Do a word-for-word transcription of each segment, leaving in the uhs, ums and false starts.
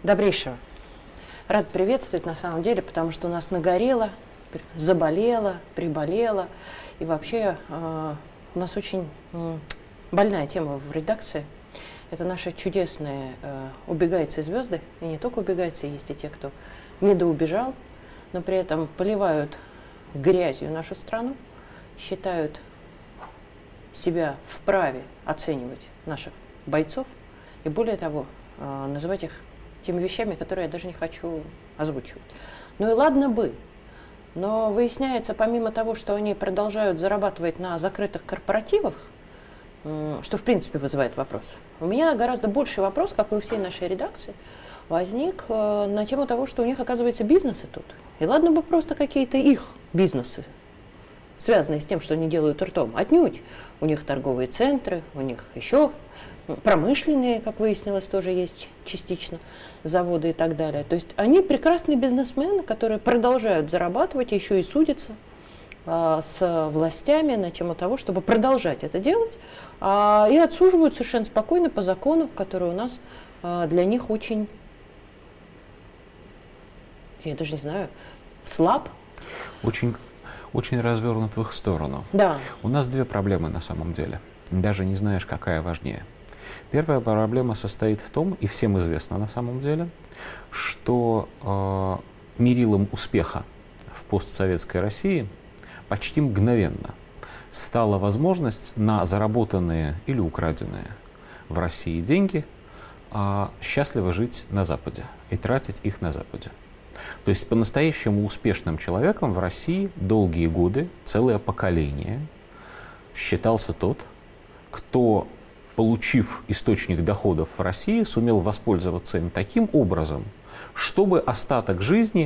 Добрейшего. Рад приветствовать на самом деле, потому что у нас нагорело, заболело, приболело. И вообще э, у нас очень э, больная тема в редакции. Это наши чудесные э, убегайцы звезды. И не только убегайцы, есть и те, кто недоубежал, но при этом поливают грязью нашу страну, считают себя вправе оценивать наших бойцов и, более того, э, называть их теми вещами, которые я даже не хочу озвучивать. Ну и ладно бы, но выясняется, помимо того, что они продолжают зарабатывать на закрытых корпоративах, э, что в принципе вызывает вопрос, у меня гораздо больший вопрос, как и у всей нашей редакции, возник э, на тему того, что у них, оказывается, бизнесы тут. И ладно бы просто какие-то их бизнесы, связанные с тем, что они делают ртом. Отнюдь. У них торговые центры, у них еще промышленные, как выяснилось, тоже есть частично, заводы и так далее. То есть они прекрасные бизнесмены, которые продолжают зарабатывать, еще и судятся а, с властями на тему того, чтобы продолжать это делать, а, и отсуживают совершенно спокойно по закону, который у нас а, для них очень, я даже не знаю, слаб. Очень, очень развернут в их сторону. Да. У нас две проблемы на самом деле. Даже не знаешь, какая важнее. Первая проблема состоит в том, и всем известно на самом деле, что э, мерилом успеха в постсоветской России почти мгновенно стала возможность на заработанные или украденные в России деньги э, счастливо жить на Западе и тратить их на Западе. То есть по-настоящему успешным человеком в России долгие годы, целое поколение, считался тот, кто, получив источник доходов в России, сумел воспользоваться им таким образом, чтобы остаток жизни,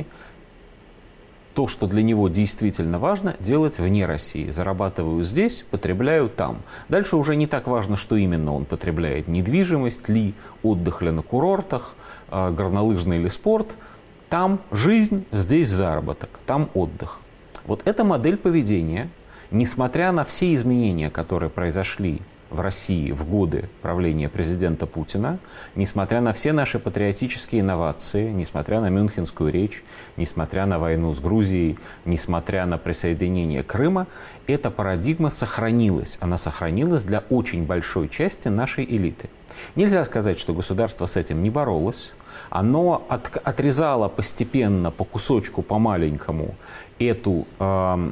то, что для него действительно важно, делать вне России. Зарабатываю здесь, потребляю там. Дальше уже не так важно, что именно он потребляет. Недвижимость ли, отдых ли на курортах, горнолыжный ли спорт. Там жизнь, здесь заработок, там отдых. Вот эта модель поведения, несмотря на все изменения, которые произошли в России в годы правления президента Путина, несмотря на все наши патриотические инновации, несмотря на Мюнхенскую речь, несмотря на войну с Грузией, несмотря на присоединение Крыма, эта парадигма сохранилась. Она сохранилась для очень большой части нашей элиты. Нельзя сказать, что государство с этим не боролось. Оно от, отрезало постепенно, по кусочку, по маленькому, эту, э,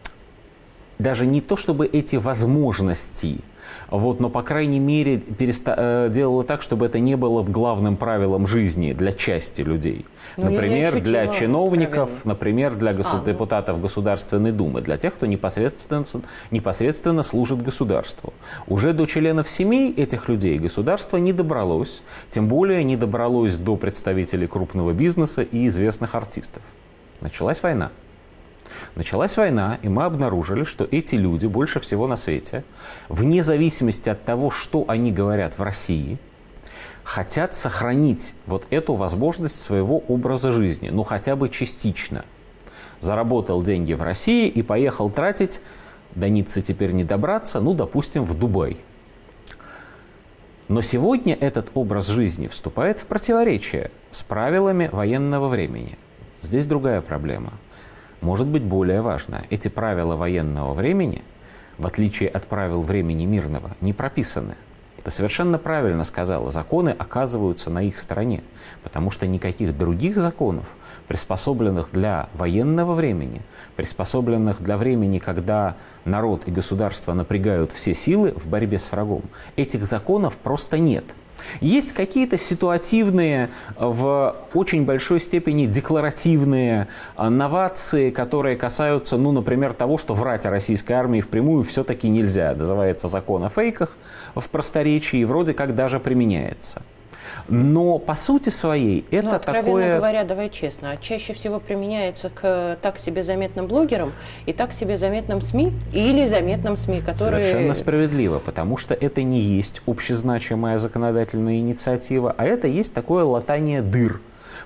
даже не то чтобы эти возможности, вот, но, по крайней мере, переста- э, делало так, чтобы это не было главным правилом жизни для части людей. Но например, для чиновников, правильно. например, для госу- а, ну. депутатов Государственной Думы, для тех, кто непосредственно, непосредственно служит государству. Уже до членов семей этих людей государство не добралось, тем более не добралось до представителей крупного бизнеса и известных артистов. Началась война. Началась война, и мы обнаружили, что эти люди больше всего на свете, вне зависимости от того, что они говорят в России, хотят сохранить вот эту возможность своего образа жизни, ну хотя бы частично. Заработал деньги в России и поехал тратить, до Ниццы теперь не добраться, ну, допустим, в Дубай. Но сегодня этот образ жизни вступает в противоречие с правилами военного времени. Здесь другая проблема. Может быть, более важно. Эти правила военного времени, в отличие от правил времени мирного, не прописаны. Ты совершенно правильно сказала, законы оказываются на их стороне, потому что никаких других законов, приспособленных для военного времени, приспособленных для времени, когда народ и государство напрягают все силы в борьбе с врагом, этих законов просто нет. Есть какие-то ситуативные, в очень большой степени декларативные новации, которые касаются, ну, например, того, что врать о российской армии впрямую все-таки нельзя. Называется закон о фейках в просторечии, вроде как даже применяется. Но по сути своей это ну, откровенно такое... говоря, давай честно, чаще всего применяется к так себе заметным блогерам и так себе заметным СМИ или заметным СМИ, которые... Совершенно справедливо, потому что это не есть общезначимая законодательная инициатива, а это есть такое латание дыр.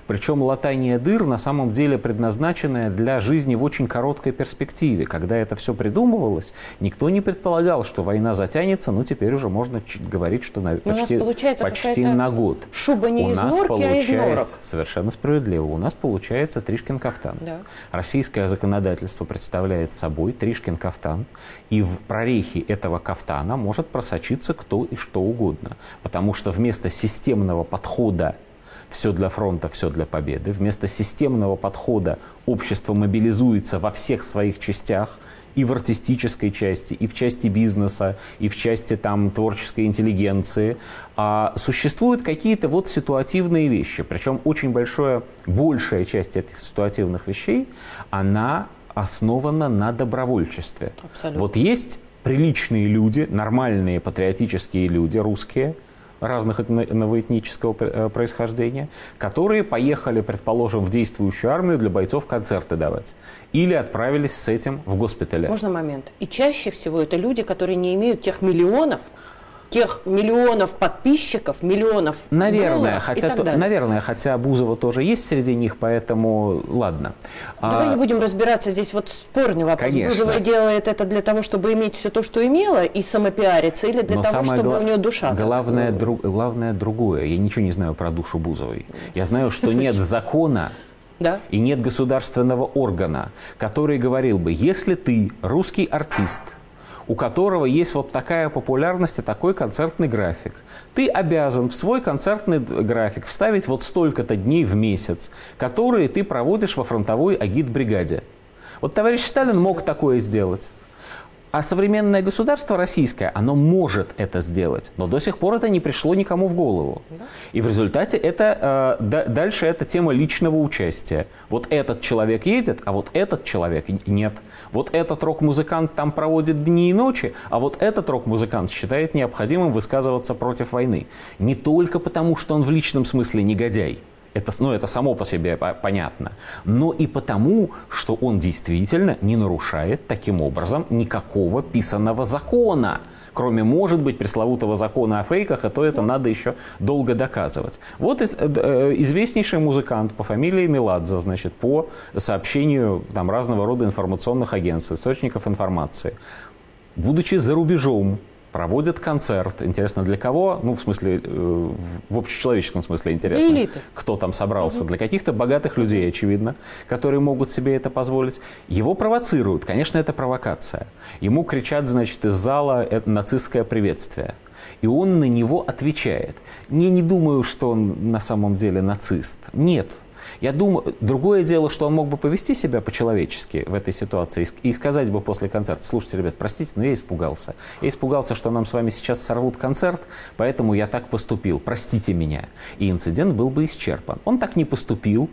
Причем латание дыр на самом деле предназначенное для жизни в очень короткой перспективе. Когда это все придумывалось, никто не предполагал, что война затянется, ну теперь уже можно говорить, что на, почти, почти на год. Шуба не у из нас норки, получается, а из норок. Совершенно справедливо, у нас получается Тришкин кафтан. Да. Российское законодательство представляет собой Тришкин кафтан, и в прорехи этого кафтана может просочиться кто и что угодно. Потому что вместо системного подхода «все для фронта, все для победы», вместо системного подхода общество мобилизуется во всех своих частях, и в артистической части, и в части бизнеса, и в части там, творческой интеллигенции, а существуют какие-то вот ситуативные вещи. Причем очень большая, большая часть этих ситуативных вещей, она основана на добровольчестве. Абсолютно. Вот есть приличные люди, нормальные патриотические люди, русские, разных новоэтнического происхождения, которые поехали, предположим, в действующую армию для бойцов концерты давать. Или отправились с этим в госпитале. Можно момент? И чаще всего это люди, которые не имеют тех миллионов, тех миллионов подписчиков, миллионов наверное, долларов хотя, и так то, далее. наверное, хотя Бузова тоже есть среди них, поэтому ладно. Давай а, не будем разбираться, здесь вот спорный вопрос. Конечно. Бузова делает это для того, чтобы иметь все то, что имела, и самопиариться, или для Но того, чтобы гла- у нее душа. Главное, дру, главное другое. Я ничего не знаю про душу Бузовой. Я знаю, что нет закона, Да? и нет государственного органа, который говорил бы, если ты русский артист, у которого есть вот такая популярность и такой концертный график, ты обязан в свой концертный график вставить вот столько-то дней в месяц, которые ты проводишь во фронтовой агитбригаде. Вот товарищ Сталин мог такое сделать. А современное государство российское, оно может это сделать, но до сих пор это не пришло никому в голову. И в результате это, э, да, дальше это тема личного участия. Вот этот человек едет, а вот этот человек нет. Вот этот рок-музыкант там проводит дни и ночи, а вот этот рок-музыкант считает необходимым высказываться против войны. Не только потому, что он в личном смысле негодяй. Это, ну, это само по себе понятно. Но и потому, что он действительно не нарушает таким образом никакого писанного закона. Кроме, может быть, пресловутого закона о фейках, а то это надо еще долго доказывать. Вот из, э, известнейший музыкант по фамилии Меладзе, значит, по сообщению там, разного рода информационных агентств, источников информации, будучи за рубежом, проводят концерт. Интересно, для кого? Ну, в смысле, э, в общечеловеческом смысле интересно. Для элиты. Кто там собрался. Для каких-то богатых людей, очевидно, которые могут себе это позволить. Его провоцируют. Конечно, это провокация. Ему кричат, значит, из зала это нацистское приветствие. И он на него отвечает. Я не думаю, что он на самом деле нацист. Нет. Я думаю, другое дело, что он мог бы повести себя по-человечески в этой ситуации и сказать бы после концерта: слушайте, ребят, простите, но я испугался. Я испугался, что нам с вами сейчас сорвут концерт, поэтому я так поступил. Простите меня. И инцидент был бы исчерпан. Он так не поступил.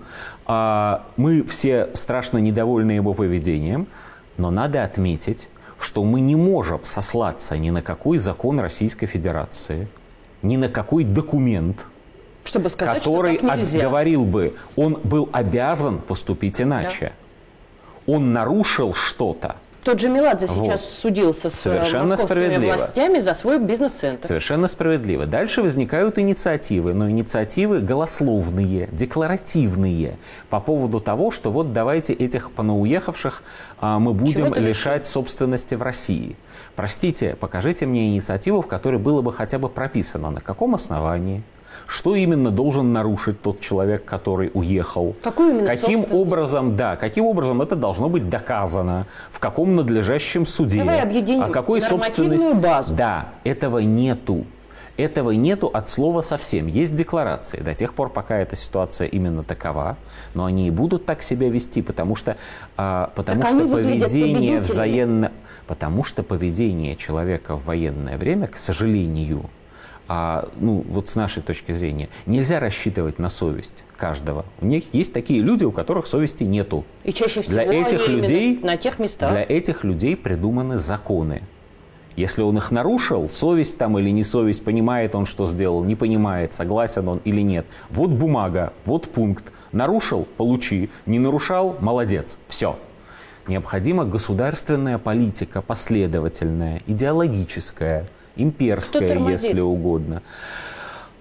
Мы все страшно недовольны его поведением, но надо отметить, что мы не можем сослаться ни на какой закон Российской Федерации, ни на какой документ, чтобы сказать, который что так нельзя. говорил бы, он был обязан поступить иначе. Да. Он нарушил что-то. Тот же Меладзе вот. сейчас судился с Совершенно московскими властями за свой бизнес-центр. Совершенно справедливо. Дальше возникают инициативы, но инициативы голословные, декларативные, по поводу того, что вот давайте этих понауехавших а, мы будем Чего-то лишать решить? собственности в России. Простите, покажите мне инициативу, в которой было бы хотя бы прописано, на каком основании, что именно должен нарушить тот человек, который уехал? Какую именно каким образом, да, каким образом это должно быть доказано? В каком надлежащем суде? Давай объединим а какой нормативную собственность? базу. Да, этого нету. Этого нету от слова совсем. Есть декларации до тех пор, пока эта ситуация именно такова, но они и будут так себя вести, потому что, а, потому так что поведение взаимно, потому что поведение человека в военное время, к сожалению, А, ну, вот с нашей точки зрения, нельзя рассчитывать на совесть каждого. У них есть такие люди, у которых совести нету. И чаще всего для этих людей, на тех местах. Для этих людей придуманы законы. Если он их нарушил, совесть там или не совесть, понимает он, что сделал, не понимает, согласен он или нет. Вот бумага, вот пункт. Нарушил – получи. Не нарушал – молодец. Все. Необходима государственная политика, последовательная, идеологическая, имперская, если угодно.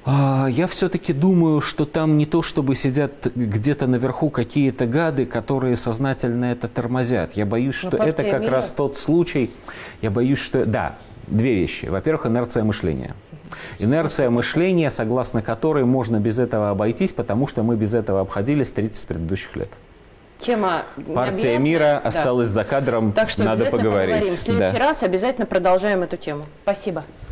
Я все-таки думаю, что там не то, чтобы сидят где-то наверху какие-то гады, которые сознательно это тормозят. Я боюсь, что это как мира. раз тот случай. Я боюсь, что... Да, две вещи. Во-первых, инерция мышления. Инерция мышления, согласно которой можно без этого обойтись, потому что мы без этого обходились тридцать предыдущих лет. Тема Партия мира да. осталась за кадром, так что надо поговорить. Поговорим. В следующий да. раз обязательно продолжаем эту тему. Спасибо.